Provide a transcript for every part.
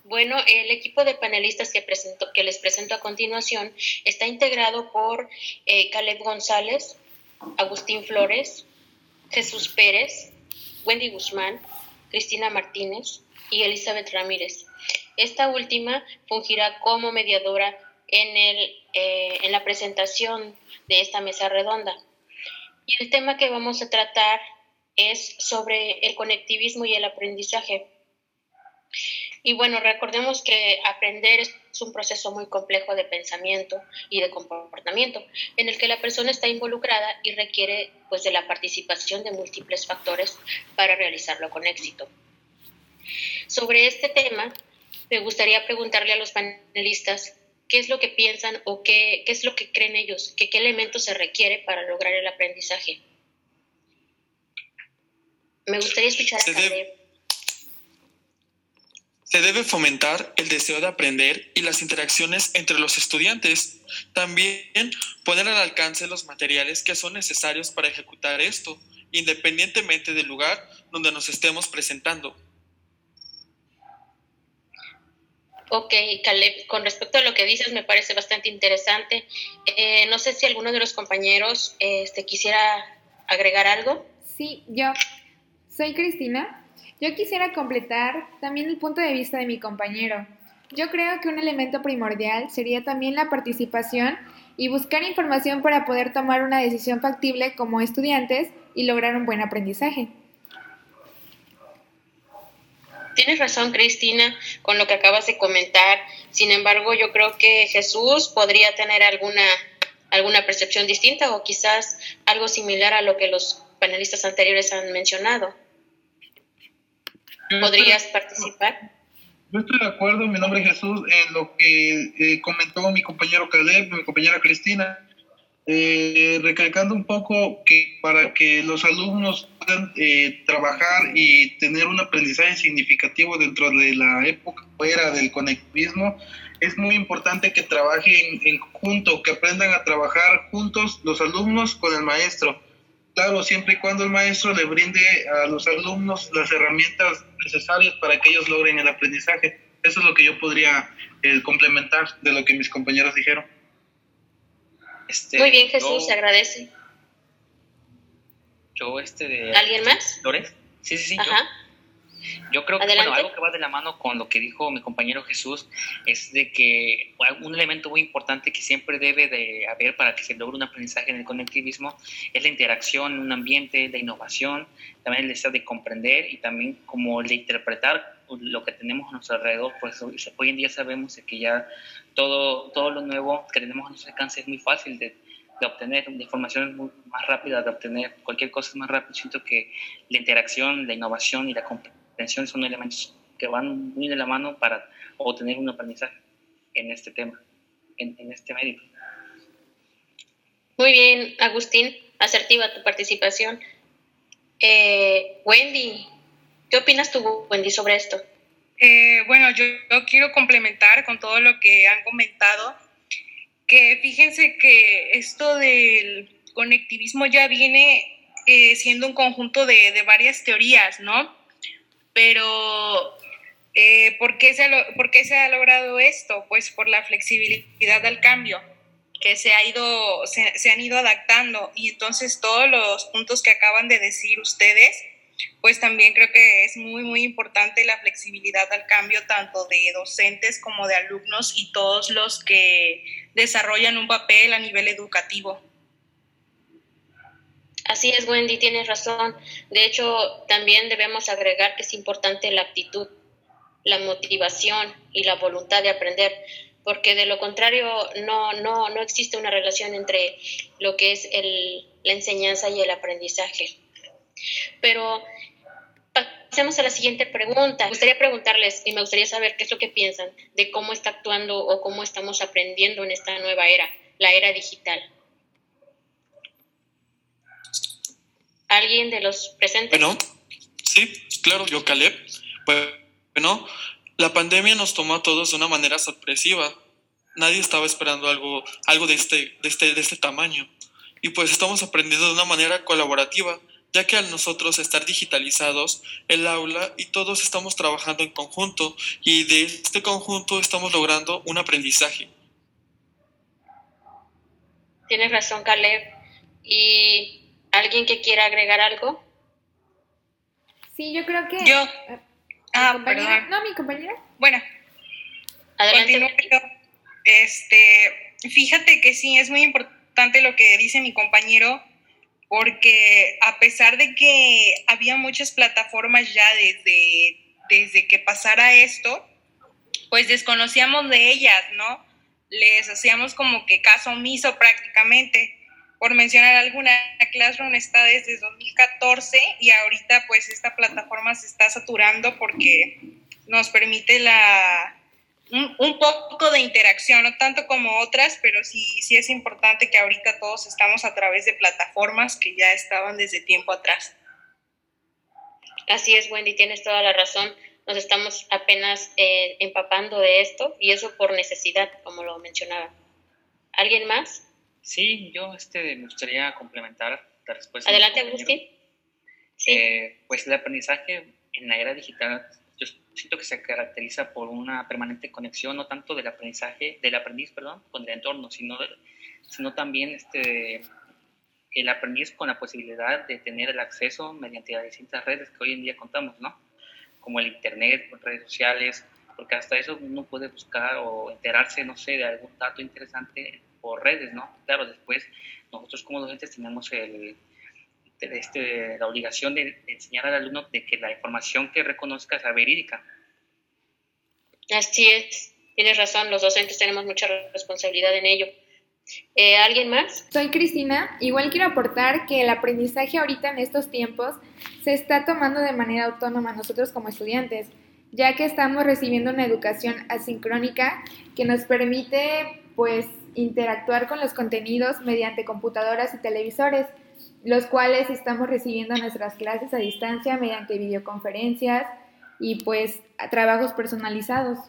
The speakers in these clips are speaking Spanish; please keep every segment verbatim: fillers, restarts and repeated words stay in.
Bueno, el equipo de panelistas que, presento, que les presento a continuación está integrado por eh, Caleb González, Agustín Flores, Jesús Pérez, Wendy Guzmán, Cristina Martínez y Elizabeth Ramírez. Esta última fungirá como mediadora en, el, eh, en la presentación de esta mesa redonda. Y el tema que vamos a tratar es sobre el conectivismo y el aprendizaje. Y bueno, recordemos que aprender es un proceso muy complejo de pensamiento y de comportamiento, en el que la persona está involucrada y requiere pues de la participación de múltiples factores para realizarlo con éxito. Sobre este tema, me gustaría preguntarle a los panelistas qué es lo que piensan o qué, qué es lo que creen ellos, que qué elementos se requiere para lograr el aprendizaje. Me gustaría escuchar a Caleb. Se debe fomentar el deseo de aprender y las interacciones entre los estudiantes. También poner al alcance los materiales que son necesarios para ejecutar esto, independientemente del lugar donde nos estemos presentando. Ok, Caleb, con respecto a lo que dices me parece bastante interesante. Eh, no sé si alguno de los compañeros este, quisiera agregar algo. Sí, yo. Soy Cristina. Yo quisiera completar también el punto de vista de mi compañero. Yo creo que un elemento primordial sería también la participación y buscar información para poder tomar una decisión factible como estudiantes y lograr un buen aprendizaje. Tienes razón, Cristina, con lo que acabas de comentar. Sin embargo, yo creo que Jesús podría tener alguna, alguna percepción distinta o quizás algo similar a lo que los panelistas anteriores han mencionado. ¿Podrías participar? Yo estoy de acuerdo, mi nombre es Jesús, en lo que eh, comentó mi compañero Caleb, mi compañera Cristina, eh, recalcando un poco que para que los alumnos puedan eh, trabajar y tener un aprendizaje significativo dentro de la época fuera del conectivismo, es muy importante que trabajen en conjunto, que aprendan a trabajar juntos los alumnos con el maestro. Claro, siempre y cuando el maestro le brinde a los alumnos las herramientas necesarias para que ellos logren el aprendizaje. Eso es lo que yo podría eh, complementar de lo que mis compañeros dijeron. Este, Muy bien, Jesús, yo, se agradece. Yo, este de... ¿Alguien más? ¿Flores? Sí, sí, sí. Ajá. Yo. Yo creo que bueno, algo que va de la mano con lo que dijo mi compañero Jesús es de que un elemento muy importante que siempre debe de haber para que se logre un aprendizaje en el conectivismo es la interacción en un ambiente, la innovación, también el deseo de comprender y también como el de interpretar lo que tenemos a nuestro alrededor. Pues hoy en día sabemos de que ya todo, todo lo nuevo que tenemos a nuestro alcance es muy fácil de, de obtener, la información es muy, más rápida de obtener, cualquier cosa es más rápido. Siento que la interacción, la innovación y la comprensión son elementos que van muy de la mano para obtener un aprendizaje en este tema, en, en este medio. Muy bien, Agustín, asertiva tu participación. Eh, Wendy, ¿qué opinas tú, Wendy, sobre esto? Eh, bueno, yo, yo quiero complementar con todo lo que han comentado, que fíjense que esto del conectivismo ya viene eh, siendo un conjunto de, de varias teorías, ¿no? Pero, eh, ¿por qué se ha, ¿por qué se ha logrado esto? Pues por la flexibilidad al cambio, que se, ha ido, se, se han ido adaptando. Y entonces todos los puntos que acaban de decir ustedes, pues también creo que es muy, muy importante la flexibilidad al cambio, tanto de docentes como de alumnos y todos los que desarrollan un papel a nivel educativo. Así es, Wendy, tienes razón. De hecho, también debemos agregar que es importante la actitud, la motivación y la voluntad de aprender, porque de lo contrario no, no, no existe una relación entre lo que es el, la enseñanza y el aprendizaje. Pero pasemos a la siguiente pregunta. Me gustaría preguntarles y me gustaría saber qué es lo que piensan de cómo está actuando o cómo estamos aprendiendo en esta nueva era, la era digital. ¿Alguien de los presentes? Bueno, sí, claro, yo, Caleb. Bueno, la pandemia nos tomó a todos de una manera sorpresiva. Nadie estaba esperando algo, algo de, este, de, este, de este tamaño. Y pues estamos aprendiendo de una manera colaborativa, ya que al nosotros estar digitalizados, el aula y todos estamos trabajando en conjunto y de este conjunto estamos logrando un aprendizaje. Tienes razón, Caleb. ¿Y alguien que quiera agregar algo? Sí, yo creo que... Yo. ¿Mi Ah, compañera? perdón. No, mi compañera. Bueno, Adelante. continúo yo. Este, fíjate que sí, es muy importante lo que dice mi compañero, porque a pesar de que había muchas plataformas ya desde, desde que pasara esto, pues desconocíamos de ellas, ¿no? Les hacíamos como que caso omiso prácticamente. Por mencionar alguna, Classroom está desde dos mil catorce y ahorita pues esta plataforma se está saturando porque nos permite la un, un poco de interacción, no tanto como otras, pero sí, sí es importante que ahorita todos estamos a través de plataformas que ya estaban desde tiempo atrás. Así es, Wendy, tienes toda la razón. Nos estamos apenas eh, empapando de esto y eso por necesidad, como lo mencionaba. ¿Alguien más? Sí, yo este, me gustaría complementar la respuesta. Adelante, Agustín. Sí. Eh, pues el aprendizaje en la era digital, yo siento que se caracteriza por una permanente conexión, no tanto del aprendizaje, del aprendiz, perdón, con el entorno, sino, de, sino también este, el aprendiz con la posibilidad de tener el acceso mediante las distintas redes que hoy en día contamos, ¿no? Como el internet, redes sociales, porque hasta eso uno puede buscar o enterarse, no sé, de algún dato interesante por redes, ¿no? Claro, después nosotros como docentes tenemos el, este, la obligación de, de enseñar al alumno de que la información que reconozca sea verídica. Así es, tienes razón, los docentes tenemos mucha responsabilidad en ello. Eh, ¿Alguien más? Soy Cristina. Igual quiero aportar que el aprendizaje ahorita en estos tiempos se está tomando de manera autónoma nosotros como estudiantes, ya que estamos recibiendo una educación asincrónica que nos permite pues interactuar con los contenidos mediante computadoras y televisores, los cuales estamos recibiendo nuestras clases a distancia mediante videoconferencias y pues a trabajos personalizados.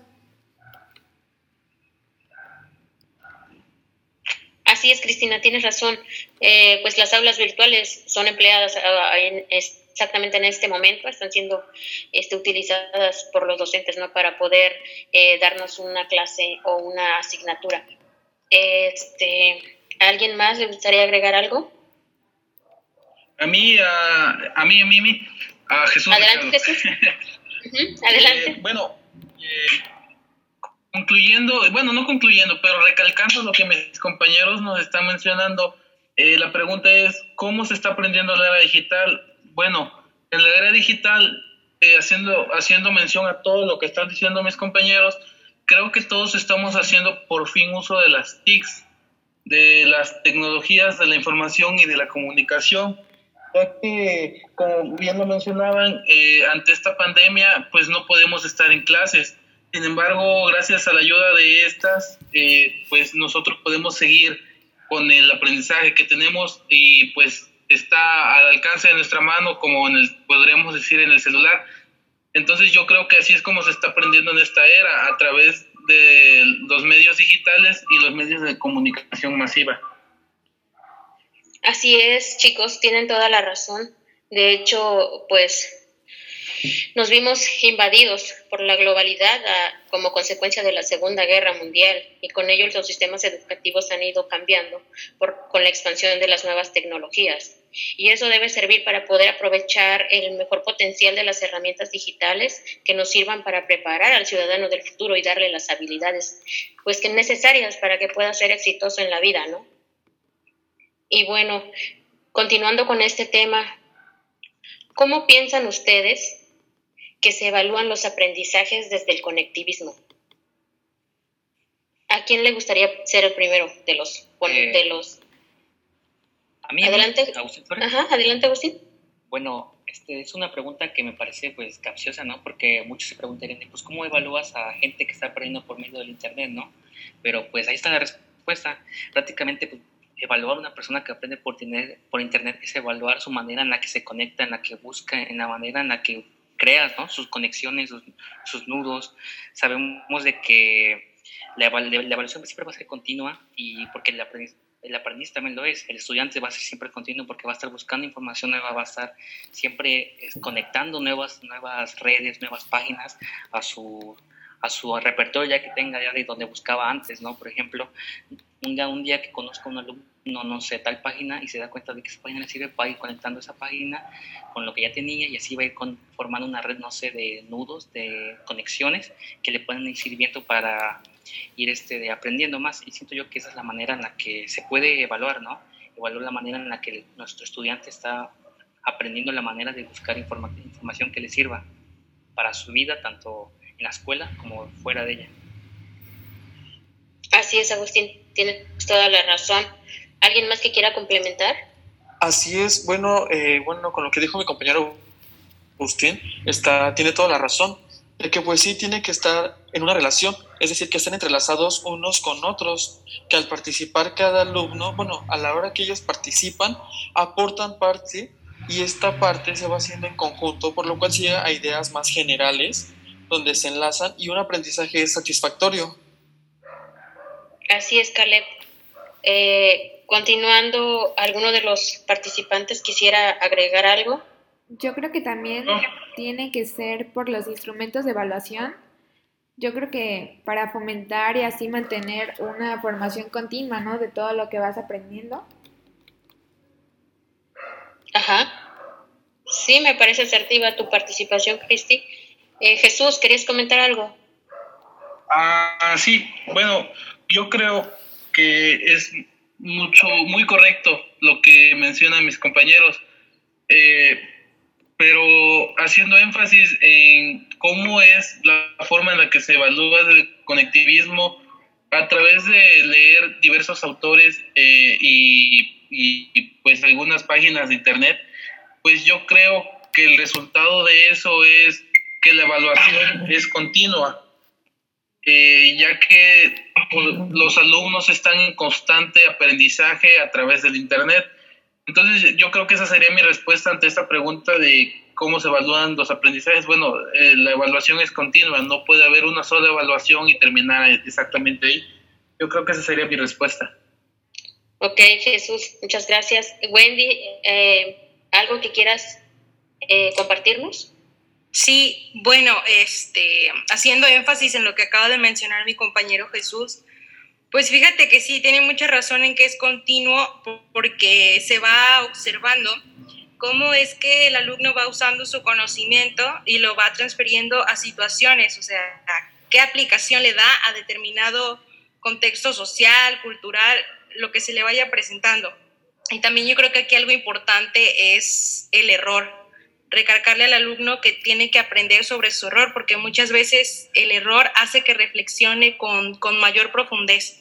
Así es, Cristina, tienes razón. Eh, pues las aulas virtuales son empleadas uh, en, exactamente en este momento, están siendo este, utilizadas por los docentes, ¿no? Para poder eh, darnos una clase o una asignatura. Este, ¿a alguien más le gustaría agregar algo? A mí, a, a mí, a mí, a mí, a Jesús. Adelante, Jesús. Uh-huh, adelante. Eh, bueno, eh, concluyendo, bueno, no concluyendo, pero recalcando lo que mis compañeros nos están mencionando, eh, la pregunta es, ¿cómo se está aprendiendo la era digital? Bueno, en la era digital, eh, haciendo, haciendo mención a todo lo que están diciendo mis compañeros, creo que todos estamos haciendo por fin uso de las T I Cs, de las tecnologías de la información y de la comunicación, ya que, como bien lo mencionaban, eh, ante esta pandemia, pues no podemos estar en clases. Sin embargo, gracias a la ayuda de estas, eh, pues nosotros podemos seguir con el aprendizaje que tenemos y pues está al alcance de nuestra mano, como en el, podríamos decir, en el celular. Entonces yo creo que así es como se está aprendiendo en esta era, a través de los medios digitales y los medios de comunicación masiva. Así es, chicos, tienen toda la razón. De hecho, pues nos vimos invadidos por la globalidad a, como consecuencia de la Segunda Guerra Mundial, y con ello los sistemas educativos han ido cambiando por, con la expansión de las nuevas tecnologías. Y eso debe servir para poder aprovechar el mejor potencial de las herramientas digitales que nos sirvan para preparar al ciudadano del futuro y darle las habilidades pues, que necesarias para que pueda ser exitoso en la vida, ¿no? Y bueno, continuando con este tema, ¿cómo piensan ustedes que se evalúan los aprendizajes desde el conectivismo? ¿A quién le gustaría ser el primero de los? Bueno, eh, de los... A mí, adelante. Agustín. Ajá, adelante, Agustín. Bueno, este es una pregunta que me parece pues capciosa, ¿no? Porque muchos se preguntarían, pues, ¿cómo evalúas a gente que está aprendiendo por medio del internet, no? Pero pues ahí está la respuesta. Prácticamente, pues, evaluar a una persona que aprende por, tener, por internet es evaluar su manera en la que se conecta, en la que busca, en la manera en la que creas, ¿no? Sus conexiones, sus, sus nudos. Sabemos de que la, la, la evaluación siempre va a ser continua, y porque el aprendiz, el aprendiz también lo es, el estudiante va a ser siempre continuo porque va a estar buscando información nueva, va a estar siempre conectando nuevas, nuevas redes, nuevas páginas a su, a su repertorio ya que tenga ya de donde buscaba antes, ¿no? Por ejemplo, un día, un día que conozco a un alumno, no sé, tal página y se da cuenta de que esa página le sirve para ir conectando esa página con lo que ya tenía y así va a ir con, formando una red, no sé, de nudos, de conexiones que le pueden ir sirviendo para ir este, de aprendiendo más, y siento yo que esa es la manera en la que se puede evaluar, ¿no? Evaluar la manera en la que nuestro estudiante está aprendiendo la manera de buscar informa- información que le sirva para su vida, tanto en la escuela como fuera de ella. Así es, Agustín, tienes toda la razón. ¿Alguien más que quiera complementar? Así es, bueno, eh, bueno, con lo que dijo mi compañero Agustín, está, tiene toda la razón, de que pues sí tiene que estar en una relación, es decir, que estén entrelazados unos con otros, que al participar cada alumno, bueno, a la hora que ellos participan, aportan parte y esta parte se va haciendo en conjunto, por lo cual se llega a ideas más generales, donde se enlazan y un aprendizaje es satisfactorio. Así es, Caleb. Eh, continuando, ¿alguno de los participantes quisiera agregar algo? Yo creo que también tiene que ser por los instrumentos de evaluación. Yo creo que para fomentar y así mantener una formación continua, ¿no? De todo lo que vas aprendiendo. Ajá. Sí, me parece asertiva tu participación, Cristi. Eh, Jesús, ¿querías comentar algo? Ah, sí, bueno, yo creo que es mucho, muy correcto lo que mencionan mis compañeros. Eh, pero haciendo énfasis en cómo es la forma en la que se evalúa el conectivismo a través de leer diversos autores eh, y, y pues algunas páginas de internet, pues yo creo que el resultado de eso es que la evaluación es continua, eh, ya que pues, los alumnos están en constante aprendizaje a través del internet. Entonces, yo creo que esa sería mi respuesta ante esta pregunta de cómo se evalúan los aprendizajes. Bueno, eh, la evaluación es continua, no puede haber una sola evaluación y terminar exactamente ahí. Yo creo que esa sería mi respuesta. Ok, Jesús, muchas gracias. Wendy, eh, ¿algo que quieras eh, compartirnos? Sí, bueno, este, haciendo énfasis en lo que acaba de mencionar mi compañero Jesús, pues fíjate que sí, tiene mucha razón en que es continuo porque se va observando cómo es que el alumno va usando su conocimiento y lo va transfiriendo a situaciones, o sea, qué aplicación le da a determinado contexto social, cultural, lo que se le vaya presentando. Y también yo creo que aquí algo importante es el error, recalcarle al alumno que tiene que aprender sobre su error, porque muchas veces el error hace que reflexione con, con mayor profundidad.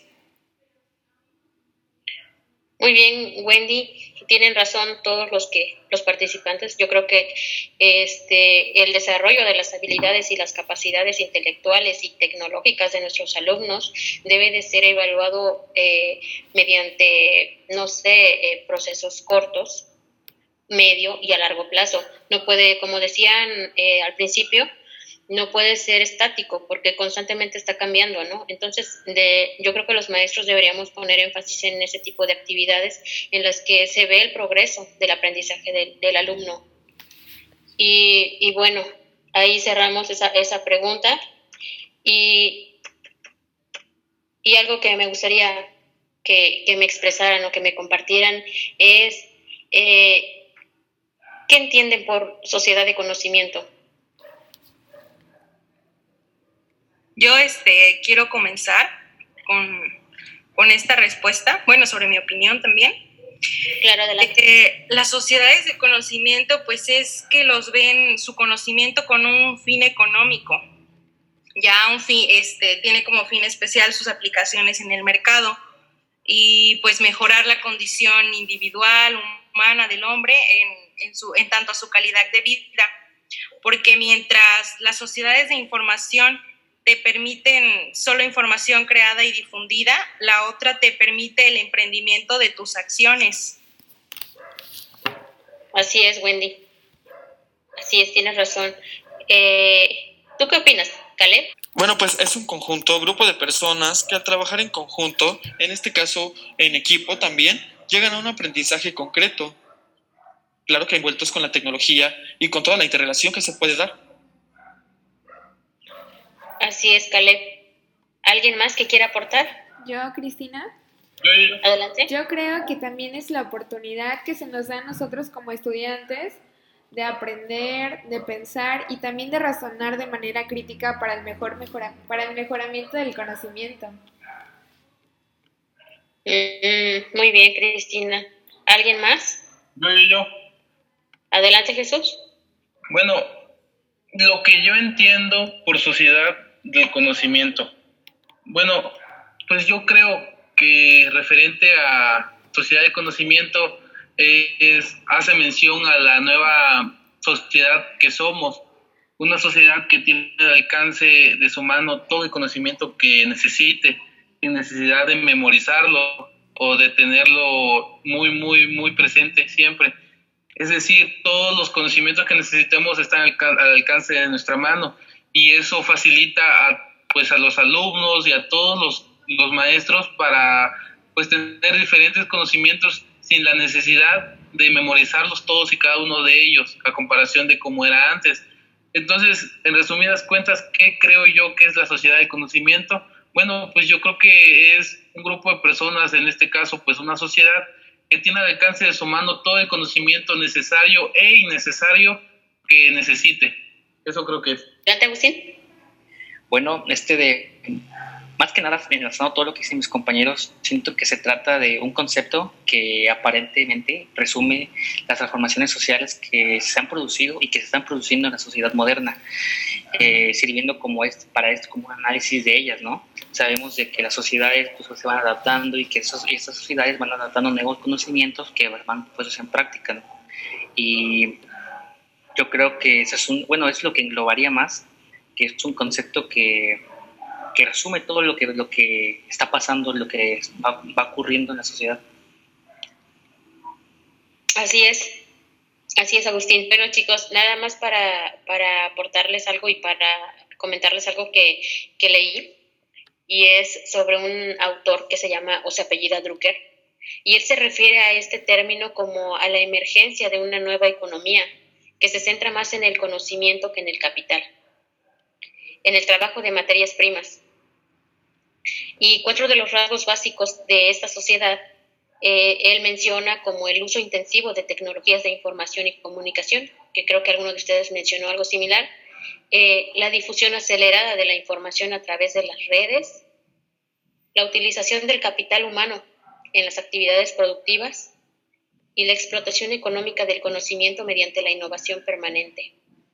Muy bien, Wendy, tienen razón todos los que los participantes. Yo creo que este el desarrollo de las habilidades y las capacidades intelectuales y tecnológicas de nuestros alumnos debe de ser evaluado eh, mediante, no sé, eh, procesos cortos, medio y a largo plazo. No puede, como decían eh, al principio, no puede ser estático porque constantemente está cambiando, ¿no? Entonces, de, yo creo que los maestros deberíamos poner énfasis en ese tipo de actividades en las que se ve el progreso del aprendizaje del, del alumno. Y, y bueno, ahí cerramos esa, esa pregunta. Y, y algo que me gustaría que, que me expresaran o que me compartieran es eh, ¿qué entienden por sociedad de conocimiento? Yo este, quiero comenzar con, con esta respuesta, bueno, sobre mi opinión también. Claro, adelante. Eh, las sociedades de conocimiento, pues es que los ven su conocimiento con un fin económico. Ya un fin, este, tiene como fin especial sus aplicaciones en el mercado y pues mejorar la condición individual, humana del hombre en, en, su, en tanto a su calidad de vida. Porque mientras las sociedades de información te permiten solo información creada y difundida, la otra te permite el emprendimiento de tus acciones. Así es, Wendy. Así es, tienes razón. Eh, ¿Tú qué opinas, Caleb? Bueno, pues es un conjunto, grupo de personas que al trabajar en conjunto, en este caso en equipo también, llegan a un aprendizaje concreto. Claro que envueltos con la tecnología y con toda la interrelación que se puede dar. Así es, Caleb. ¿Alguien más que quiera aportar? Yo, Cristina. Adelante. Yo creo que también es la oportunidad que se nos da a nosotros como estudiantes de aprender, de pensar y también de razonar de manera crítica para el mejor mejora, para el mejoramiento del conocimiento. Mm, muy bien, Cristina. ¿Alguien más? Yo, yo, yo. Adelante, Jesús. Bueno, lo que yo entiendo por sociedad del conocimiento. Bueno, pues yo creo que referente a sociedad de conocimiento eh, es, hace mención a la nueva sociedad que somos, una sociedad que tiene al alcance de su mano todo el conocimiento que necesite, sin necesidad de memorizarlo o de tenerlo muy, muy, muy presente siempre. Es decir, todos los conocimientos que necesitemos están al, al alcance de nuestra mano y eso facilita a, pues, a los alumnos y a todos los, los maestros para pues, tener diferentes conocimientos sin la necesidad de memorizarlos todos y cada uno de ellos, a comparación de cómo era antes. Entonces, en resumidas cuentas, ¿qué creo yo que es la sociedad del conocimiento? Bueno, pues yo creo que es un grupo de personas, en este caso, pues una sociedad que tiene al alcance de su mano todo el conocimiento necesario e innecesario que necesite. Eso creo que es. ¿Adelante, Agustín? Bueno, este de, más que nada, relacionado a todo lo que dicen mis compañeros, siento que se trata de un concepto que aparentemente resume las transformaciones sociales que se han producido y que se están produciendo en la sociedad moderna, eh, sirviendo como este, para esto como un análisis de ellas, ¿no? Sabemos de que las sociedades pues, se van adaptando y que esos, estas sociedades van adaptando nuevos conocimientos que van pues, en práctica, ¿no? Y yo creo que eso es un, bueno, es lo que englobaría más, que es un concepto que, que resume todo lo que, lo que está pasando, lo que va, va ocurriendo en la sociedad. Así es, así es, Agustín. Bueno, chicos, nada más para, para aportarles algo y para comentarles algo que, que leí, y es sobre un autor que se llama o se apellida Drucker, y él se refiere a este término como a la emergencia de una nueva economía que se centra más en el conocimiento que en el capital, en el trabajo de materias primas. Y cuatro de los rasgos básicos de esta sociedad, eh, él menciona como el uso intensivo de tecnologías de información y comunicación, que creo que alguno de ustedes mencionó algo similar, eh, la difusión acelerada de la información a través de las redes, la utilización del capital humano en las actividades productivas y la explotación económica del conocimiento mediante la innovación permanente.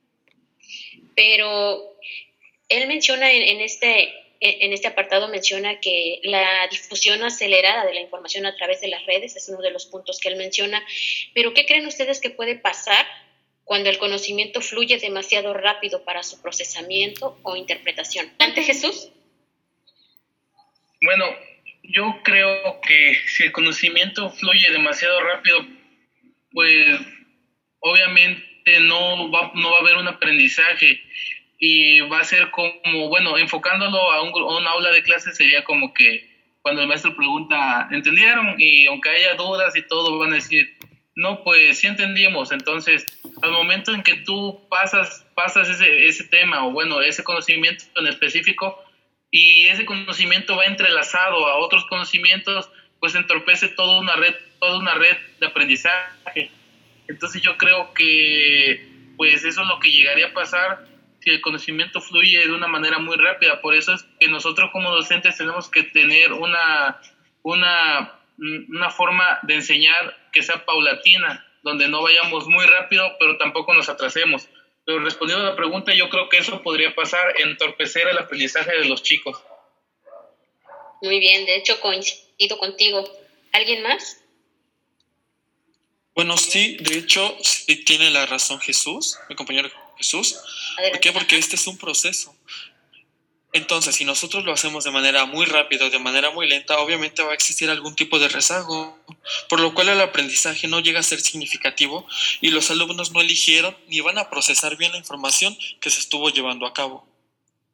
Pero él menciona en, en, este, en este apartado, menciona que la difusión acelerada de la información a través de las redes es uno de los puntos que él menciona. Pero ¿qué creen ustedes que puede pasar cuando el conocimiento fluye demasiado rápido para su procesamiento o interpretación? ¿Ante Jesús? Bueno, yo creo que si el conocimiento fluye demasiado rápido, pues obviamente no va, no va a haber un aprendizaje y va a ser como, bueno, enfocándolo a un, a un aula de clase sería como que cuando el maestro pregunta, ¿entendieron? Y aunque haya dudas y todo, van a decir, no, pues sí entendimos. Entonces, al momento en que tú pasas, pasas ese, ese tema o bueno, ese conocimiento en específico y ese conocimiento va entrelazado a otros conocimientos, pues entorpece toda una red, toda una red de aprendizaje. Entonces yo creo que pues eso es lo que llegaría a pasar si el conocimiento fluye de una manera muy rápida. Por eso es que nosotros como docentes tenemos que tener una, una, una forma de enseñar que sea paulatina, donde no vayamos muy rápido, pero tampoco nos atrasemos. Pero respondiendo a la pregunta, yo creo que eso podría pasar, entorpecer el aprendizaje de los chicos. Muy bien, de hecho coincido contigo. ¿Alguien más? Bueno, sí, de hecho, sí tiene la razón Jesús, mi compañero Jesús. ¿Por qué? Porque este es un proceso. Entonces, si nosotros lo hacemos de manera muy rápida, de manera muy lenta, obviamente va a existir algún tipo de rezago, por lo cual el aprendizaje no llega a ser significativo y los alumnos no eligieron ni van a procesar bien la información que se estuvo llevando a cabo.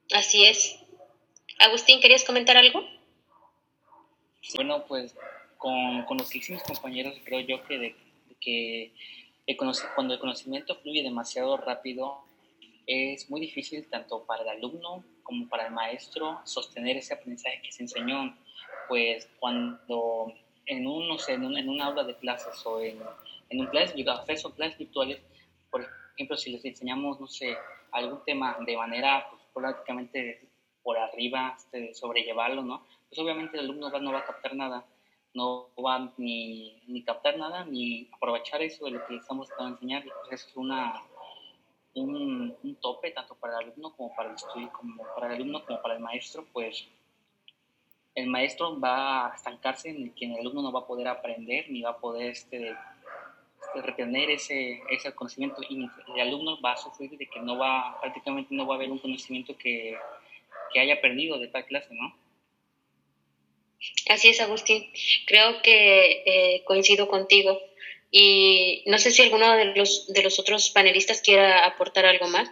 Así es. Agustín, ¿querías comentar algo? Bueno, pues con, con lo que hicimos compañeros, creo yo que, de, de que el cuando el conocimiento fluye demasiado rápido, es muy difícil tanto para el alumno como para el maestro sostener ese aprendizaje que se enseñó. Pues cuando en un, no sé, en un, en un aula de clases o en, en un clases, acceso a clases virtuales, por ejemplo, si les enseñamos, no sé, algún tema de manera pues, prácticamente por arriba, este, sobrellevarlo, ¿no? Pues obviamente el alumno va, no va a captar nada, no va ni, ni captar nada, ni aprovechar eso de lo que le estamos enseñando. Pues eso es una, un, un tope tanto para el alumno como para el estudio, como para el alumno como para el maestro, pues el maestro va a estancarse en el que el alumno no va a poder aprender ni va a poder este, este, retener ese, ese conocimiento, y el alumno va a sufrir de que no va, prácticamente no va a haber un conocimiento que, que haya perdido de tal clase, ¿no? Así es, Agustín. Creo que eh, coincido contigo. Y no sé si alguno de los, de los otros panelistas quiera aportar algo más.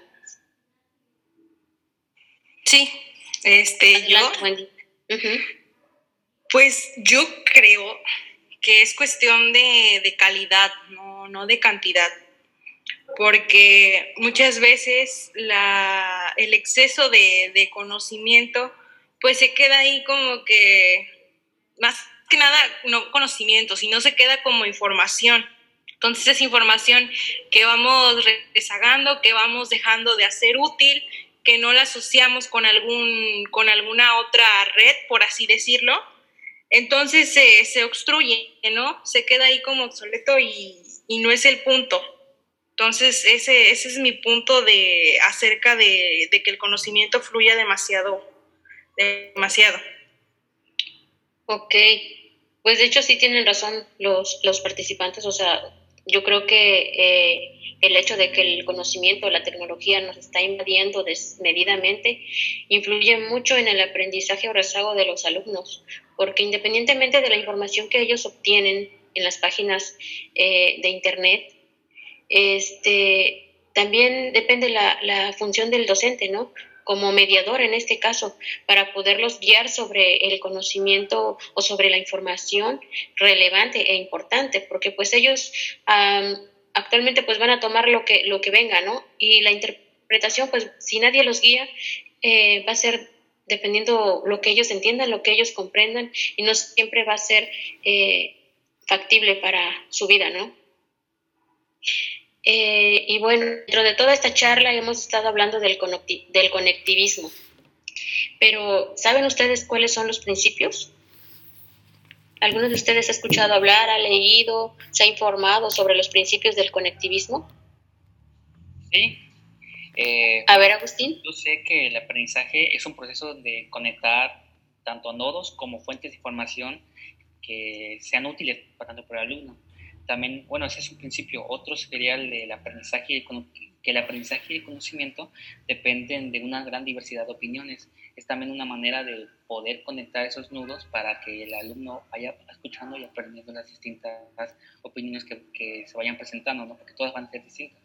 Sí, este, Adelante, yo, Wendy. Uh-huh. Pues yo creo que es cuestión de, de calidad, no, no de cantidad, porque muchas veces la, el exceso de, de conocimiento pues se queda ahí como que, más que nada, no conocimiento, sino se queda como información. Entonces es información que vamos rezagando, que vamos dejando de hacer útil, que no la asociamos con, algún, con alguna otra red, por así decirlo. Entonces se, se obstruye, ¿no? Se queda ahí como obsoleto y, y no es el punto. Entonces ese, ese es mi punto de acerca de, de que el conocimiento fluya demasiado, demasiado. Ok, pues de hecho sí tienen razón los, los participantes, o sea, yo creo que eh, el hecho de que el conocimiento, la tecnología nos está invadiendo desmedidamente, influye mucho en el aprendizaje o rezago de los alumnos, porque independientemente de la información que ellos obtienen en las páginas eh, de internet, este, también depende la, la función del docente, ¿no? Como mediador en este caso, para poderlos guiar sobre el conocimiento o sobre la información relevante e importante, porque pues ellos um, actualmente pues van a tomar lo que, lo que venga, ¿no? Y la interpretación, pues si nadie los guía, eh, va a ser dependiendo lo que ellos entiendan, lo que ellos comprendan, y no siempre va a ser eh, factible para su vida, ¿no? Eh, y bueno, dentro de toda esta charla hemos estado hablando del, conecti- del conectivismo, pero ¿saben ustedes cuáles son los principios? ¿Alguno de ustedes ha escuchado hablar, ha leído, se ha informado sobre los principios del conectivismo? Sí. Eh, a ver, Agustín. Yo sé que el aprendizaje es un proceso de conectar tanto nodos como fuentes de información que sean útiles tanto para el alumno. También, bueno, ese es un principio. Otro sería el del aprendizaje y el, que el aprendizaje y el conocimiento dependen de una gran diversidad de opiniones. Es también una manera de poder conectar esos nudos para que el alumno vaya escuchando y aprendiendo las distintas opiniones que, que se vayan presentando, ¿no? Porque todas van a ser distintas.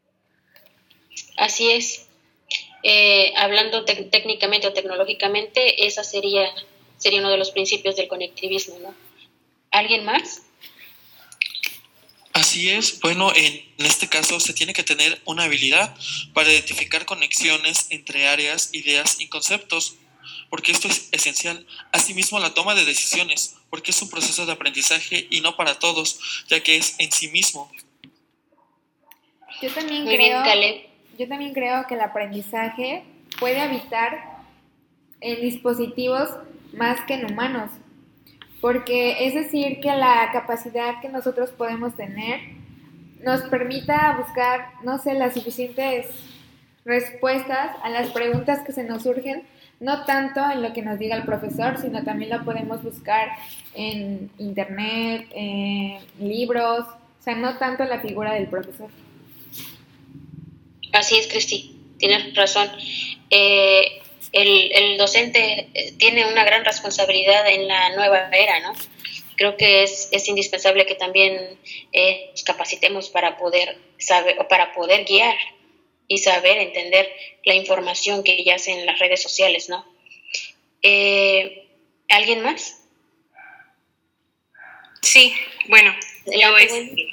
Así es. Eh, hablando te- técnicamente o tecnológicamente, esa sería, sería uno de los principios del conectivismo, ¿no? ¿Alguien más? Así es, bueno, en este caso se tiene que tener una habilidad para identificar conexiones entre áreas, ideas y conceptos, porque esto es esencial. Asimismo, la toma de decisiones, porque es un proceso de aprendizaje y no para todos, ya que es en sí mismo. Yo también Muy creo, bien, Caleb. yo también creo que el aprendizaje puede habitar en dispositivos más que en humanos. Porque es decir que la capacidad que nosotros podemos tener nos permita buscar, no sé, las suficientes respuestas a las preguntas que se nos surgen, no tanto en lo que nos diga el profesor, sino también lo podemos buscar en internet, en libros, o sea, no tanto en la figura del profesor. Así es, Cristi, tienes razón. Eh, el, el docente tiene una gran responsabilidad en la nueva era, ¿no? Creo que es, es indispensable que también eh, nos capacitemos para poder saber, para poder guiar y saber entender la información que yace en las redes sociales, ¿no? Eh, ¿Alguien más? Sí, bueno, yo este,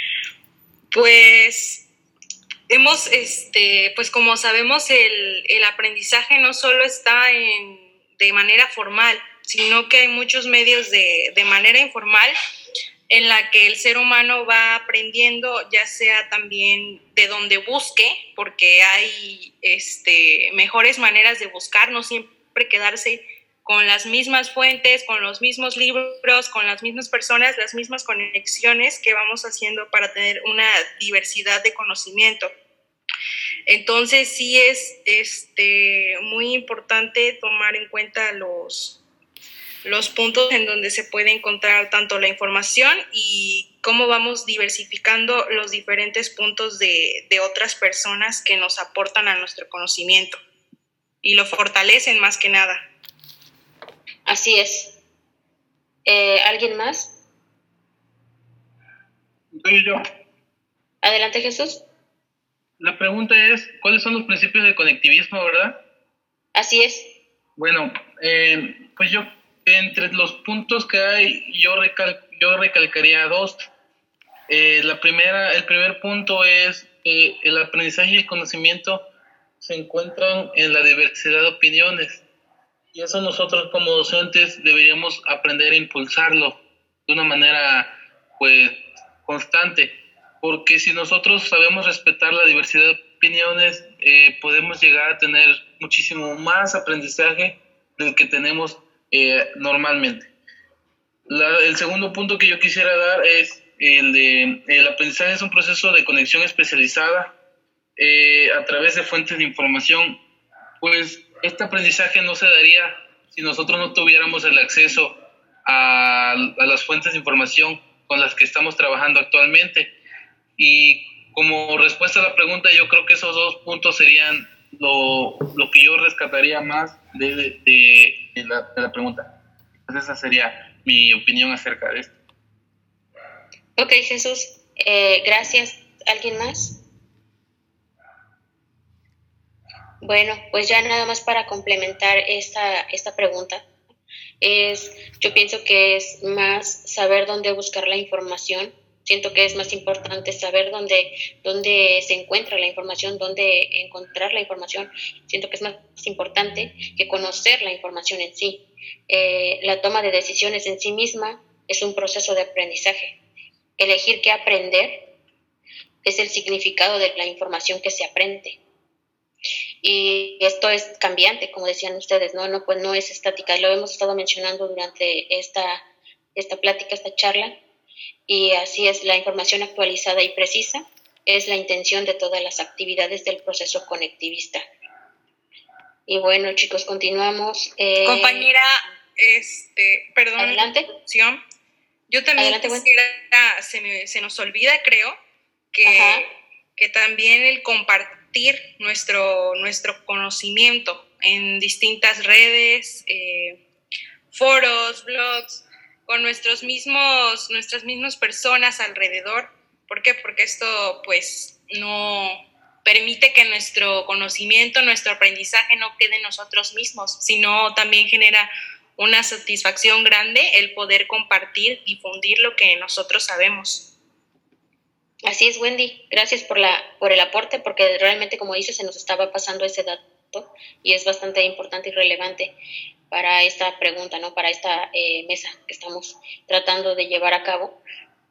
pues hemos, este, pues como sabemos, el, el aprendizaje no solo está en, de manera formal, sino que hay muchos medios de, de manera informal en la que el ser humano va aprendiendo, ya sea también de donde busque, porque hay este, mejores maneras de buscar, no siempre quedarse con las mismas fuentes, con los mismos libros, con las mismas personas, las mismas conexiones que vamos haciendo para tener una diversidad de conocimiento. Entonces sí es este, muy importante tomar en cuenta los, los puntos en donde se puede encontrar tanto la información y cómo vamos diversificando los diferentes puntos de, de otras personas que nos aportan a nuestro conocimiento y lo fortalecen más que nada. Así es. Eh, ¿Alguien más? Soy yo. Adelante, Jesús. La pregunta es, ¿cuáles son los principios del conectivismo, verdad? Así es. Bueno, eh, pues yo, entre los puntos que hay, yo, recal, yo recalcaría dos. Eh, la primera, el primer punto es que el aprendizaje y el conocimiento se encuentran en la diversidad de opiniones. Y eso nosotros como docentes deberíamos aprender a impulsarlo de una manera, pues, constante. Porque si nosotros sabemos respetar la diversidad de opiniones, eh, podemos llegar a tener muchísimo más aprendizaje del que tenemos eh, normalmente. La, el segundo punto que yo quisiera dar es el de el aprendizaje es un proceso de conexión especializada eh, a través de fuentes de información. Pues este aprendizaje no se daría si nosotros no tuviéramos el acceso a, a las fuentes de información con las que estamos trabajando actualmente. Y como respuesta a la pregunta, yo creo que esos dos puntos serían lo, lo que yo rescataría más de, de, de, la, de la pregunta. Pues esa sería mi opinión acerca de esto. Ok, Jesús. Eh, gracias. ¿Alguien más? Bueno, pues ya nada más para complementar esta, esta pregunta. Es, yo pienso que es más saber dónde buscar la información. Siento que es más importante saber dónde, dónde se encuentra la información, dónde encontrar la información. Siento que es más importante que conocer la información en sí. Eh, la toma de decisiones en sí misma es un proceso de aprendizaje. Elegir qué aprender es el significado de la información que se aprende. Y esto es cambiante, como decían ustedes, ¿no? No, pues no es estática. Lo hemos estado mencionando durante esta, esta plática, esta charla. Y así es, la información actualizada y precisa es la intención de todas las actividades del proceso conectivista. Y bueno, chicos, continuamos. Eh, Compañera, este, perdón. Adelante. Yo también Adelante, quisiera, bueno. se, me, se nos olvida, creo, que, que también el compartir nuestro, nuestro conocimiento en distintas redes, eh, foros, blogs, con nuestros mismos, nuestras mismas personas alrededor. ¿Por qué? Porque esto pues no permite que nuestro conocimiento, nuestro aprendizaje no quede en nosotros mismos, sino también genera una satisfacción grande el poder compartir, difundir lo que nosotros sabemos. Así es, Wendy. Gracias por, la, por el aporte, porque realmente, como dices, se nos estaba pasando ese dato y es bastante importante y relevante para esta pregunta, ¿no? Para esta eh, mesa que estamos tratando de llevar a cabo.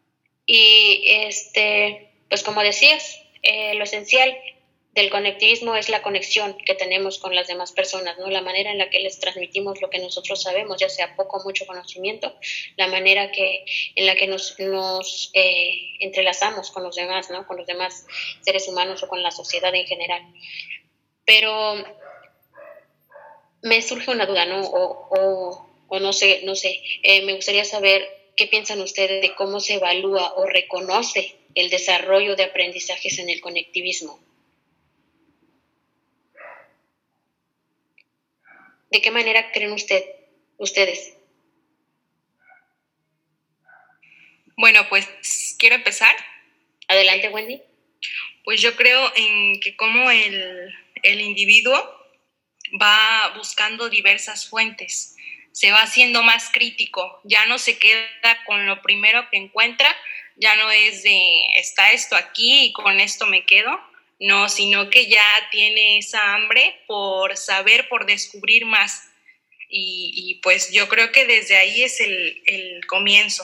Y, este, pues como decías, eh, lo esencial del conectivismo es la conexión que tenemos con las demás personas, ¿no? La manera en la que les transmitimos lo que nosotros sabemos, ya sea poco o mucho conocimiento, la manera que, en la que nos, nos eh, entrelazamos con los demás, ¿no? Con los demás seres humanos o con la sociedad en general. Pero me surge una duda, ¿no? O, o, o no sé, no sé. Eh, me gustaría saber qué piensan ustedes de cómo se evalúa o reconoce el desarrollo de aprendizajes en el conectivismo. ¿De qué manera creen usted, ustedes? Bueno, pues quiero empezar. Adelante, Wendy. Pues yo creo en que como el, el individuo va buscando diversas fuentes, se va haciendo más crítico, ya no se queda con lo primero que encuentra, ya no es de está esto aquí y con esto me quedo, no, sino que ya tiene esa hambre por saber, por descubrir más. Y, y pues yo creo que desde ahí es el, el comienzo.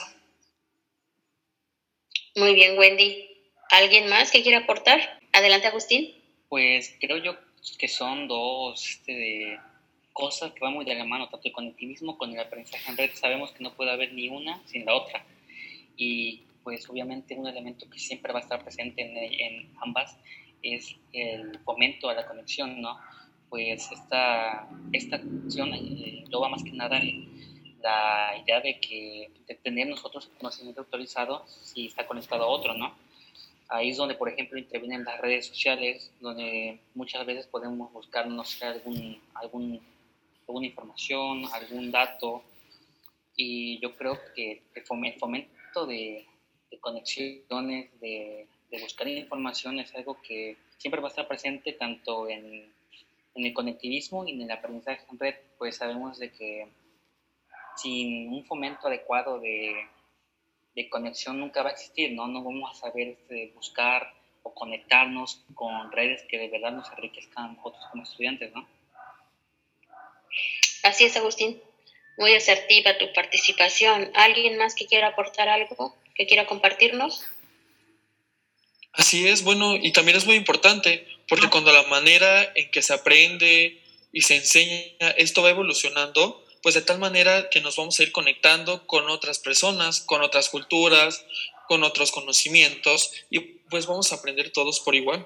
Muy bien, Wendy. ¿Alguien más que quiera aportar? Adelante, Agustín. Pues creo yo que son dos este, de cosas que van muy de la mano, tanto el conectivismo con el aprendizaje en red. Sabemos que no puede haber ni una sin la otra. Y pues obviamente un elemento que siempre va a estar presente en, en ambas es el fomento a la conexión, ¿no? Pues esta, esta acción eh, lo va más que nada la idea de que de tener nosotros el conocimiento actualizado si está conectado a otro, ¿no? Ahí es donde, por ejemplo, intervienen las redes sociales, donde muchas veces podemos buscar, no sé, algún, algún, alguna información, algún dato, y yo creo que el fomento de, de conexiones, de, de buscar información es algo que siempre va a estar presente tanto en, en el conectivismo y en el aprendizaje en red. Pues sabemos de que sin un fomento adecuado de, de conexión nunca va a existir, ¿no? No vamos a saber este, buscar o conectarnos con redes que de verdad nos enriquezcan a nosotros como estudiantes, ¿no? Así es, Agustín. Muy asertiva tu participación. ¿Alguien más que quiera aportar algo, que quiera compartirnos? Así es, bueno, y también es muy importante, porque cuando la manera en que se aprende y se enseña, esto va evolucionando, pues de tal manera que nos vamos a ir conectando con otras personas, con otras culturas, con otros conocimientos, y pues vamos a aprender todos por igual.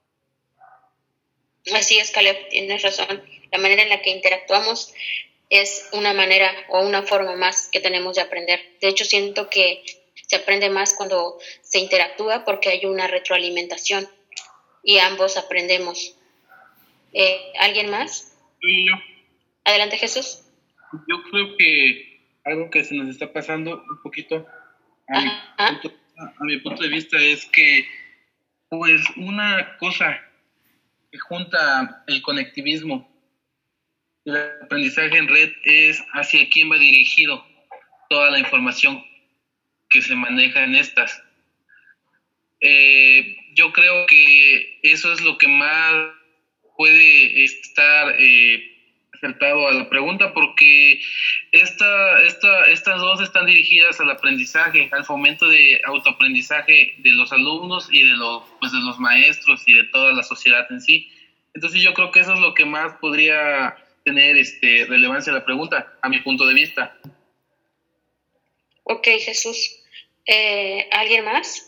Así es, Caleb, tienes razón. La manera en la que interactuamos es una manera o una forma más que tenemos de aprender. De hecho, siento que se aprende más cuando se interactúa porque hay una retroalimentación y ambos aprendemos. Eh, ¿Alguien más? Sí, yo. Adelante, Jesús. Yo creo que algo que se nos está pasando un poquito a, mi punto, a mi punto de vista es que pues una cosa que junta el conectivismo y el aprendizaje en red es hacia quién va dirigido toda la información que se maneja en estas. Eh, yo creo que eso es lo que más puede estar eh, acertado a la pregunta, porque esta, esta, estas dos están dirigidas al aprendizaje, al fomento de autoaprendizaje de los alumnos y de los, pues de los maestros y de toda la sociedad en sí. Entonces yo creo que eso es lo que más podría tener este, relevancia a la pregunta, a mi punto de vista. Ok, Jesús. Eh, ¿Alguien más?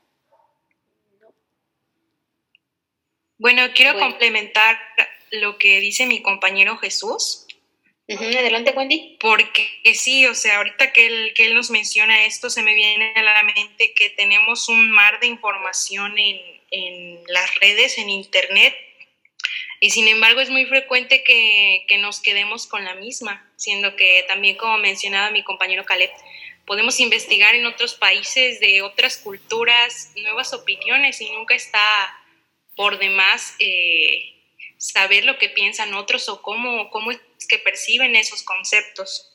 Bueno, quiero bueno. complementar lo que dice mi compañero Jesús. Uh-huh. Adelante, Wendy. Porque sí, o sea, ahorita que él, que él nos menciona esto, se me viene a la mente que tenemos un mar de información en, en las redes, en internet, y sin embargo es muy frecuente que, que nos quedemos con la misma, siendo que también, como mencionaba mi compañero Caleb, podemos investigar en otros países de otras culturas, nuevas opiniones, y nunca está por demás eh, saber lo que piensan otros o cómo, cómo es que perciben esos conceptos.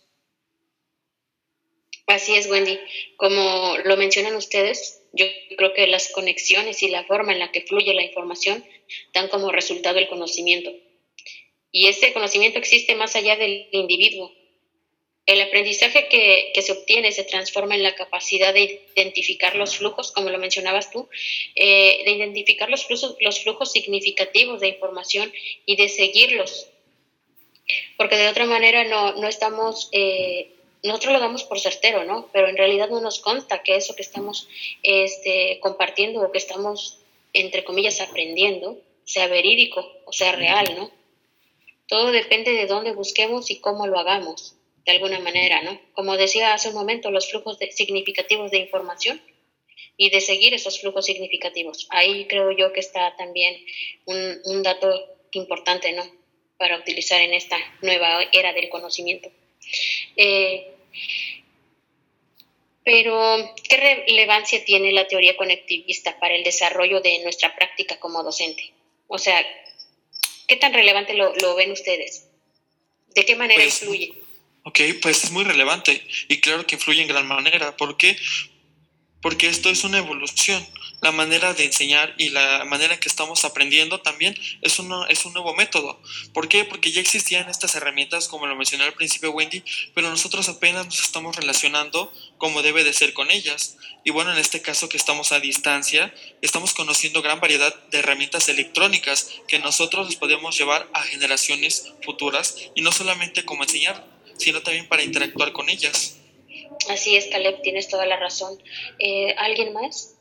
Así es, Wendy. Como lo mencionan ustedes, yo creo que las conexiones y la forma en la que fluye la información dan como resultado el conocimiento. Y este conocimiento existe más allá del individuo. El aprendizaje que, que se obtiene se transforma en la capacidad de identificar los flujos, como lo mencionabas tú, eh, de identificar los flujos, los flujos significativos de información y de seguirlos. Porque de otra manera no, no estamos, eh, nosotros lo damos por certero, ¿no? Pero en realidad no nos consta que eso que estamos este, compartiendo o que estamos, entre comillas, aprendiendo, sea verídico o sea real, ¿no? Todo depende de dónde busquemos y cómo lo hagamos, de alguna manera, ¿no? Como decía hace un momento, los flujos de, significativos de información y de seguir esos flujos significativos. Ahí creo yo que está también un, un dato importante, ¿no?, para utilizar en esta nueva era del conocimiento. Eh, Pero, ¿qué relevancia tiene la teoría conectivista para el desarrollo de nuestra práctica como docente? O sea, ¿qué tan relevante lo, lo ven ustedes? ¿De qué manera pues, influye? Ok, pues es muy relevante y claro que influye en gran manera. ¿Por qué? Porque esto es una evolución. La manera de enseñar y la manera en que estamos aprendiendo también es, uno, es un nuevo método. ¿Por qué? Porque ya existían estas herramientas, como lo mencioné al principio Wendy, pero nosotros apenas nos estamos relacionando como debe de ser con ellas. Y bueno, en este caso que estamos a distancia, estamos conociendo gran variedad de herramientas electrónicas que nosotros les podemos llevar a generaciones futuras y no solamente como enseñar, sino también para interactuar con ellas. Así es, Caleb, tienes toda la razón. Eh, ¿Alguien más?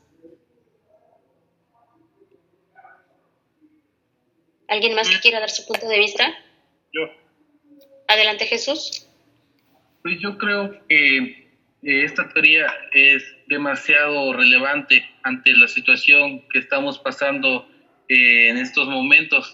¿Alguien más que quiera dar su punto de vista? Yo. Adelante, Jesús. Pues yo creo que eh, esta teoría es demasiado relevante ante la situación que estamos pasando eh, en estos momentos.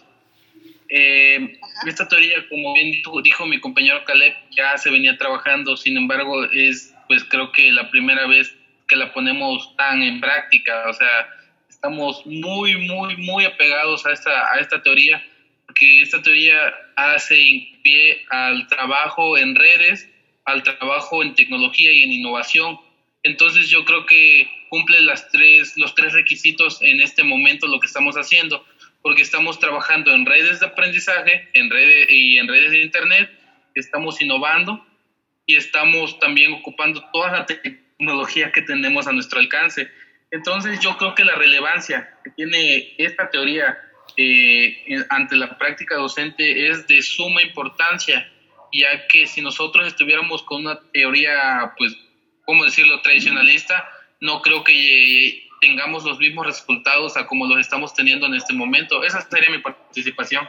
Eh, esta teoría, como bien dijo, dijo mi compañero Caleb, ya se venía trabajando, sin embargo, es pues creo que la primera vez que la ponemos tan en práctica, o sea, estamos muy, muy, muy apegados a esta, a esta teoría, porque esta teoría hace hincapié al trabajo en redes, al trabajo en tecnología y en innovación. Entonces yo creo que cumple las tres, los tres requisitos en este momento lo que estamos haciendo, porque estamos trabajando en redes de aprendizaje en redes, y en redes de internet, estamos innovando y estamos también ocupando toda la tecnología que tenemos a nuestro alcance. Entonces yo creo que la relevancia que tiene esta teoría eh, ante la práctica docente es de suma importancia, ya que si nosotros estuviéramos con una teoría, pues, ¿cómo decirlo?, tradicionalista, no creo que tengamos los mismos resultados a como los estamos teniendo en este momento. Esa sería mi participación.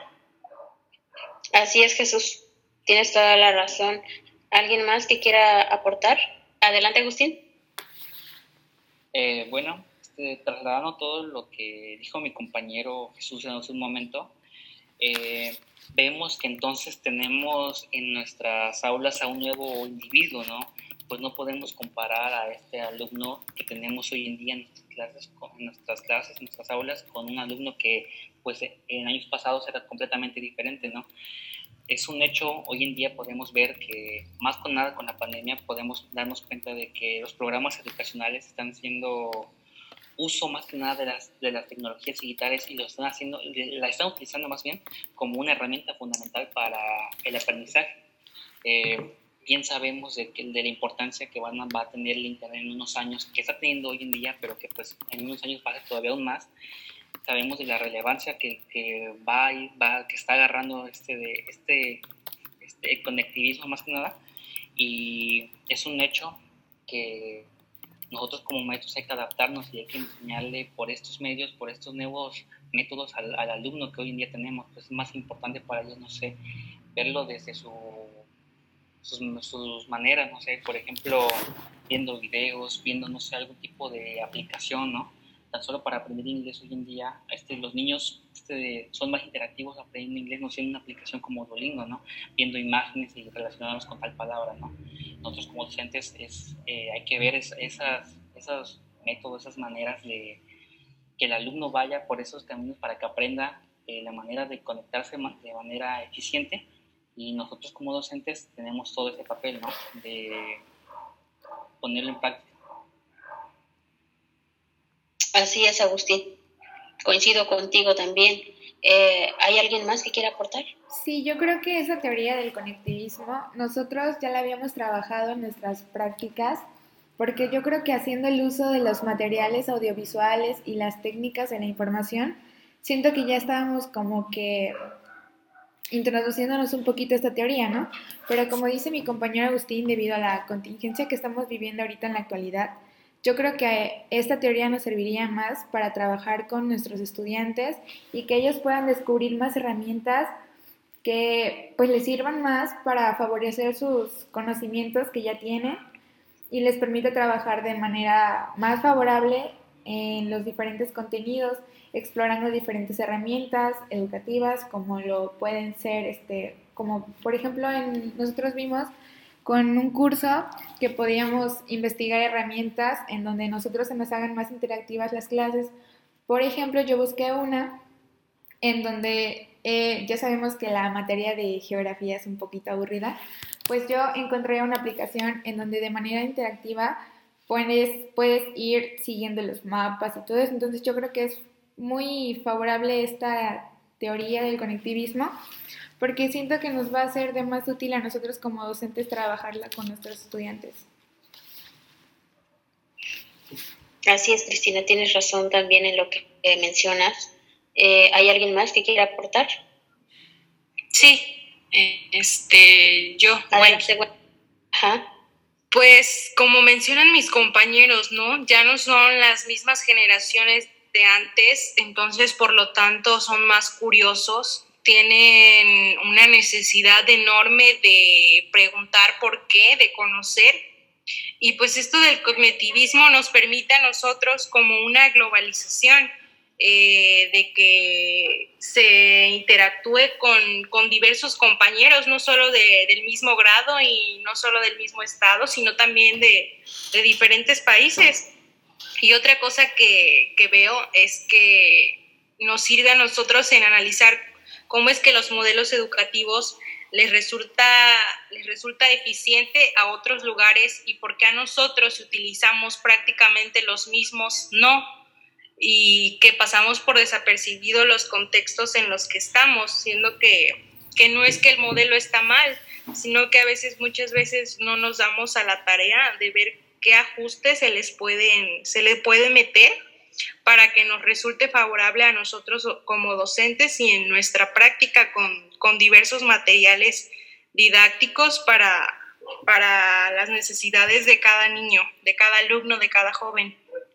Así es, Jesús. Tienes toda la razón. ¿Alguien más que quiera aportar? Adelante, Agustín. Eh, bueno, este, trasladando todo lo que dijo mi compañero Jesús en hace un momento, eh, vemos que entonces tenemos en nuestras aulas a un nuevo individuo, ¿no? Pues no podemos comparar a este alumno que tenemos hoy en día en nuestras clases, en nuestras clases, en nuestras aulas, con un alumno que pues en años pasados era completamente diferente, ¿no? Es un hecho, hoy en día podemos ver que más con nada con la pandemia podemos darnos cuenta de que los programas educacionales están haciendo uso más que nada de las, de las tecnologías digitales y lo están haciendo, la están utilizando más bien como una herramienta fundamental para el aprendizaje. Eh, bien sabemos de, que, de la importancia que van a, va a tener el Internet en unos años, que está teniendo hoy en día, pero que pues en unos años va a ser todavía aún más. Sabemos de la relevancia que, que va, va que está agarrando este, de, este, este el conectivismo más que nada, y es un hecho que nosotros como maestros hay que adaptarnos y hay que enseñarle por estos medios, por estos nuevos métodos al, al alumno que hoy en día tenemos. Pues es más importante para ellos, no sé, verlo desde su, sus, sus maneras, no sé, por ejemplo, viendo videos, viendo, no sé, algún tipo de aplicación, ¿no? Tan solo para aprender inglés hoy en día, este, los niños este, son más interactivos aprendiendo inglés, no siendo una aplicación como Duolingo, ¿no? Viendo imágenes y relacionándonos con tal palabra, ¿no? Nosotros como docentes es, eh, hay que ver es, esas, esos métodos, esas maneras de que el alumno vaya por esos caminos para que aprenda eh, la manera de conectarse de manera eficiente, y nosotros como docentes tenemos todo ese papel, ¿no? De ponerlo en práctica. Así es, Agustín. Coincido contigo también. Eh, ¿Hay alguien más que quiera aportar? Sí, yo creo que esa teoría del conectivismo nosotros ya la habíamos trabajado en nuestras prácticas, porque yo creo que haciendo el uso de los materiales audiovisuales y las técnicas de la información, siento que ya estábamos como que introduciéndonos un poquito esta teoría, ¿no? Pero como dice mi compañero Agustín, debido a la contingencia que estamos viviendo ahorita en la actualidad, yo creo que esta teoría nos serviría más para trabajar con nuestros estudiantes y que ellos puedan descubrir más herramientas que pues les sirvan más para favorecer sus conocimientos que ya tienen y les permita trabajar de manera más favorable en los diferentes contenidos, explorando diferentes herramientas educativas como lo pueden ser, este, como por ejemplo en, nosotros vimos con un curso que podíamos investigar herramientas en donde nosotros se nos hagan más interactivas las clases. Por ejemplo, yo busqué una en donde eh, ya sabemos que la materia de geografía es un poquito aburrida, pues yo encontré una aplicación en donde de manera interactiva puedes, puedes ir siguiendo los mapas y todo eso. Entonces yo creo que es muy favorable esta teoría del conectivismo, porque siento que nos va a ser de más útil a nosotros como docentes trabajarla con nuestros estudiantes. Así es, Cristina, tienes razón también en lo que eh, mencionas. Eh, ¿Hay alguien más que quiera aportar? Sí, este, yo. Adelante, bueno. Ajá. Pues como mencionan mis compañeros, ¿no? Ya no son las mismas generaciones de antes, entonces por lo tanto son más curiosos, tienen una necesidad enorme de preguntar por qué, de conocer, y pues esto del cognitivismo nos permite a nosotros como una globalización, eh, de que se interactúe con, con diversos compañeros, no solo de, del mismo grado y no solo del mismo estado, sino también de, de diferentes países. Y otra cosa que, que veo es que nos sirve a nosotros en analizar cómo es que los modelos educativos les resulta, les resulta eficiente a otros lugares y por qué a nosotros utilizamos prácticamente los mismos no, y que pasamos por desapercibido los contextos en los que estamos, siendo que, que no es que el modelo está mal, sino que a veces, muchas veces no nos damos a la tarea de ver qué ajustes se les pueden, se le puede meter para que nos resulte favorable a nosotros como docentes y en nuestra práctica con, con diversos materiales didácticos para, para las necesidades de cada niño, de cada alumno, de cada joven.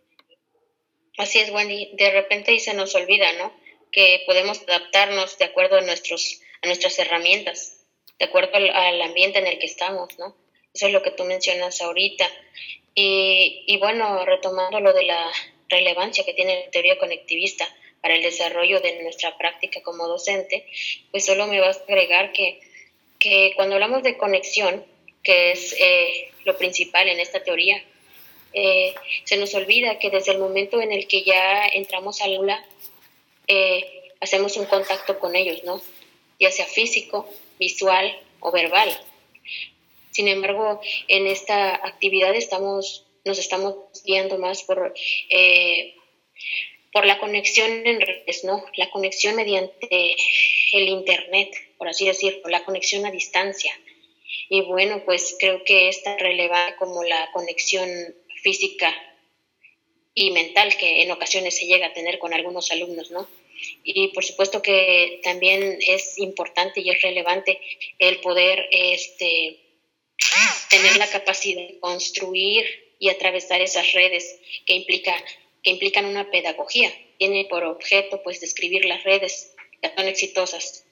Así es, Wendy. De repente y se nos olvida, ¿no? Que podemos adaptarnos de acuerdo a, nuestros, a nuestras herramientas, de acuerdo al, al ambiente en el que estamos, ¿no? Eso es lo que tú mencionas ahorita. Y, y bueno, retomando lo de la relevancia que tiene la teoría conectivista para el desarrollo de nuestra práctica como docente, pues solo me vas a agregar que, que cuando hablamos de conexión, que es eh, lo principal en esta teoría, eh, se nos olvida que desde el momento en el que ya entramos al aula, eh, hacemos un contacto con ellos, ¿no? Ya sea físico, visual o verbal. Sin embargo, en esta actividad estamos, nos estamos guiando más por, eh, por la conexión en redes, ¿no? La conexión mediante el Internet, por así decirlo, la conexión a distancia. Y bueno, pues creo que es tan relevante como la conexión física y mental que en ocasiones se llega a tener con algunos alumnos, ¿no? Y por supuesto que también es importante y es relevante el poder este, tener la capacidad de construir y atravesar esas redes que, implica, que implican una pedagogía. Tiene por objeto pues describir las redes que son exitosas,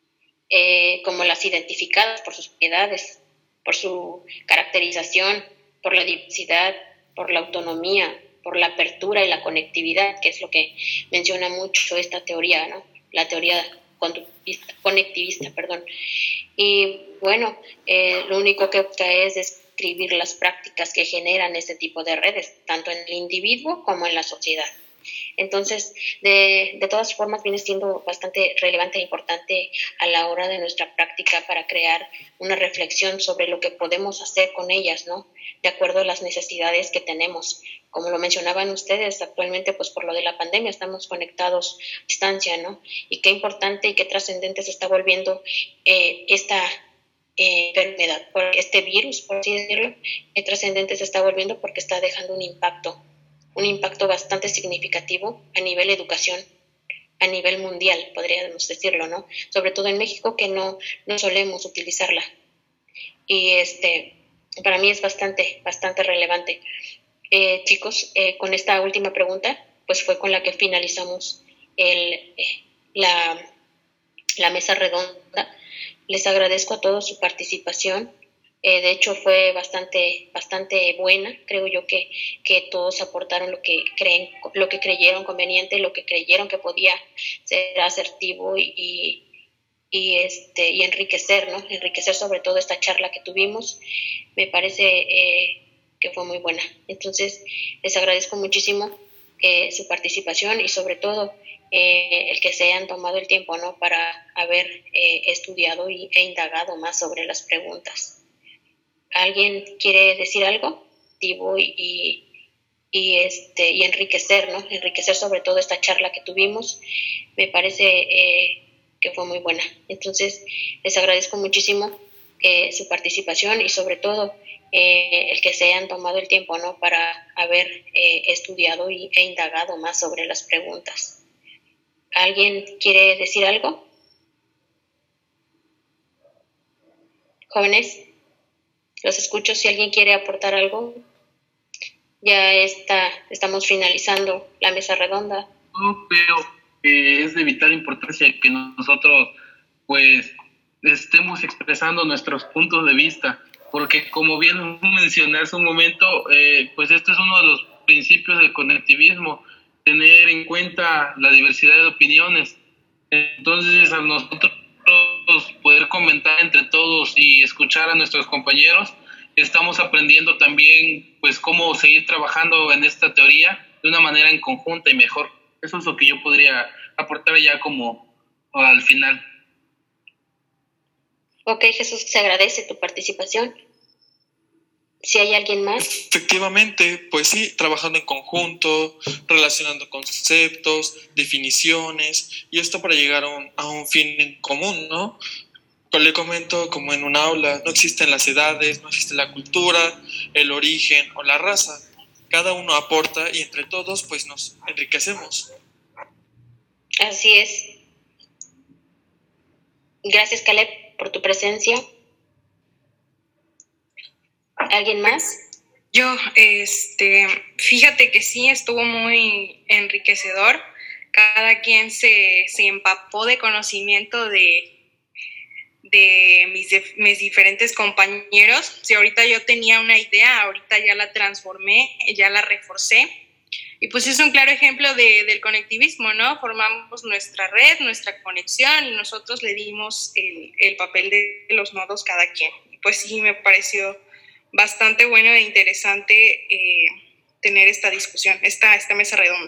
eh, como las identificadas por sus propiedades, por su caracterización, por la diversidad, por la autonomía, por la apertura y la conectividad, que es lo que menciona mucho esta teoría, ¿no? La teoría conectivista, perdón. Y bueno, eh, lo único que busca es describir las prácticas que generan este tipo de redes, tanto en el individuo como en la sociedad. Entonces, de, de todas formas, viene siendo bastante relevante e importante a la hora de nuestra práctica para crear una reflexión sobre lo que podemos hacer con ellas, ¿no? De acuerdo a las necesidades que tenemos. Como lo mencionaban ustedes, actualmente, pues por lo de la pandemia, estamos conectados a distancia, ¿no? Y qué importante y qué trascendente se está volviendo eh, esta eh, enfermedad, por este virus, por así decirlo, qué trascendente se está volviendo porque está dejando un impacto un impacto bastante significativo a nivel educación, a nivel mundial, podríamos decirlo, ¿no? Sobre todo en México, que no, no solemos utilizarla. Y este, para mí es bastante, bastante relevante. Eh, chicos, eh, con esta última pregunta, pues fue con la que finalizamos el, eh, la, la mesa redonda. Les agradezco a todos su participación. Eh, de hecho, fue bastante, bastante buena. Creo yo que, que todos aportaron lo que creen, lo que creyeron conveniente, lo que creyeron que podía ser asertivo y, y, este, y enriquecer, ¿no? Enriquecer sobre todo esta charla que tuvimos. Me parece eh, que fue muy buena. Entonces, les agradezco muchísimo eh, su participación y sobre todo eh, el que se hayan tomado el tiempo, ¿no? Para haber eh, estudiado y, e indagado más sobre las preguntas. ¿Alguien quiere decir algo? Divo y, y, y, este, y enriquecer, ¿no? Enriquecer sobre todo esta charla que tuvimos. Me parece eh, que fue muy buena. Entonces, les agradezco muchísimo eh, su participación y sobre todo eh, el que se hayan tomado el tiempo, ¿no? Para haber eh, estudiado y, e indagado más sobre las preguntas. ¿Alguien quiere decir algo? Jóvenes, los escucho si alguien quiere aportar algo. Ya está, estamos finalizando la mesa redonda. Yo creo que es de vital importancia que nosotros pues estemos expresando nuestros puntos de vista, porque como bien mencioné hace un momento, eh, pues este es uno de los principios del conectivismo, tener en cuenta la diversidad de opiniones. Entonces, a nosotros poder comentar entre todos y escuchar a nuestros compañeros, estamos aprendiendo también pues cómo seguir trabajando en esta teoría de una manera en conjunta y mejor. Eso es lo que yo podría aportar ya como al final. Ok, Jesús, se agradece tu participación. Si hay alguien más. Efectivamente, pues sí, trabajando en conjunto, relacionando conceptos, definiciones, y esto para llegar a un, a un fin en común, ¿no? Le comento, como en un aula, no existen las edades, no existe la cultura, el origen o la raza. Cada uno aporta y entre todos pues nos enriquecemos. Así es. Gracias, Caleb, por tu presencia. ¿Alguien más? Yo, este, fíjate que sí, estuvo muy enriquecedor. Cada quien se, se empapó de conocimiento de, de mis, de mis diferentes compañeros. Si ahorita yo tenía una idea, ahorita ya la transformé, ya la reforcé. Y pues es un claro ejemplo de, del conectivismo, ¿no? Formamos nuestra red, nuestra conexión y nosotros le dimos el, el papel de los nodos cada quien. Y pues sí, me pareció bastante bueno e interesante eh, tener esta discusión, esta, esta mesa redonda.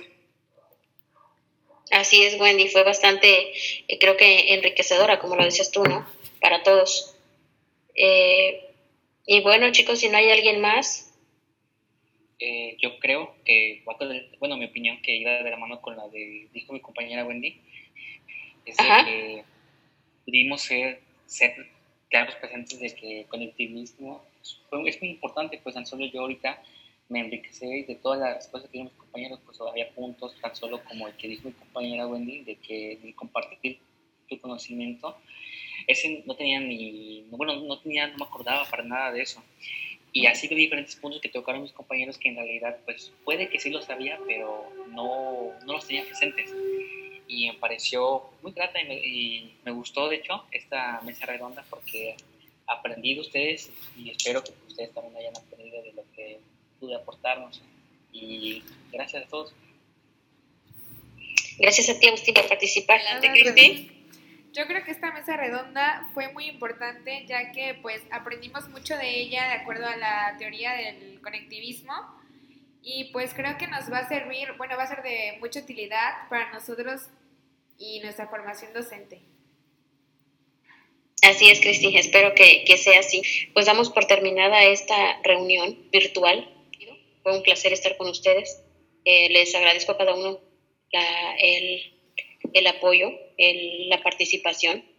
Así es, Wendy, fue bastante, eh, creo que enriquecedora, como lo decías tú, ¿no? Para todos. Eh, y bueno, chicos, si no hay alguien más. Eh, yo creo que, bueno, mi opinión que iba de la mano con la de, dijo mi compañera Wendy, es de que pudimos ser, ser claros presentes de que el conectivismo es muy importante, pues tan solo yo ahorita me enriquecí de todas las respuestas que dieron mis compañeros, pues había puntos tan solo como el que dijo mi compañera Wendy, de que de compartir tu conocimiento, ese no tenía ni, bueno, no tenía, no me acordaba para nada de eso. Y así que diferentes puntos que tocaron mis compañeros que en realidad, pues, puede que sí lo sabía, pero no, no los tenía presentes. Y me pareció muy grata y me, y me gustó, de hecho, esta mesa redonda porque aprendí de ustedes y espero que ustedes también hayan aprendido de lo que pude aportarnos. Y gracias a todos. Gracias a ti, Agustín, por participar. Cristi. Yo creo que esta mesa redonda fue muy importante, ya que pues aprendimos mucho de ella de acuerdo a la teoría del conectivismo y pues creo que nos va a servir, bueno, va a ser de mucha utilidad para nosotros y nuestra formación docente. Así es, Cristi, espero que, que sea así. Pues damos por terminada esta reunión virtual. Fue un placer estar con ustedes. Eh, les agradezco a cada uno la, el, el apoyo, el, la participación.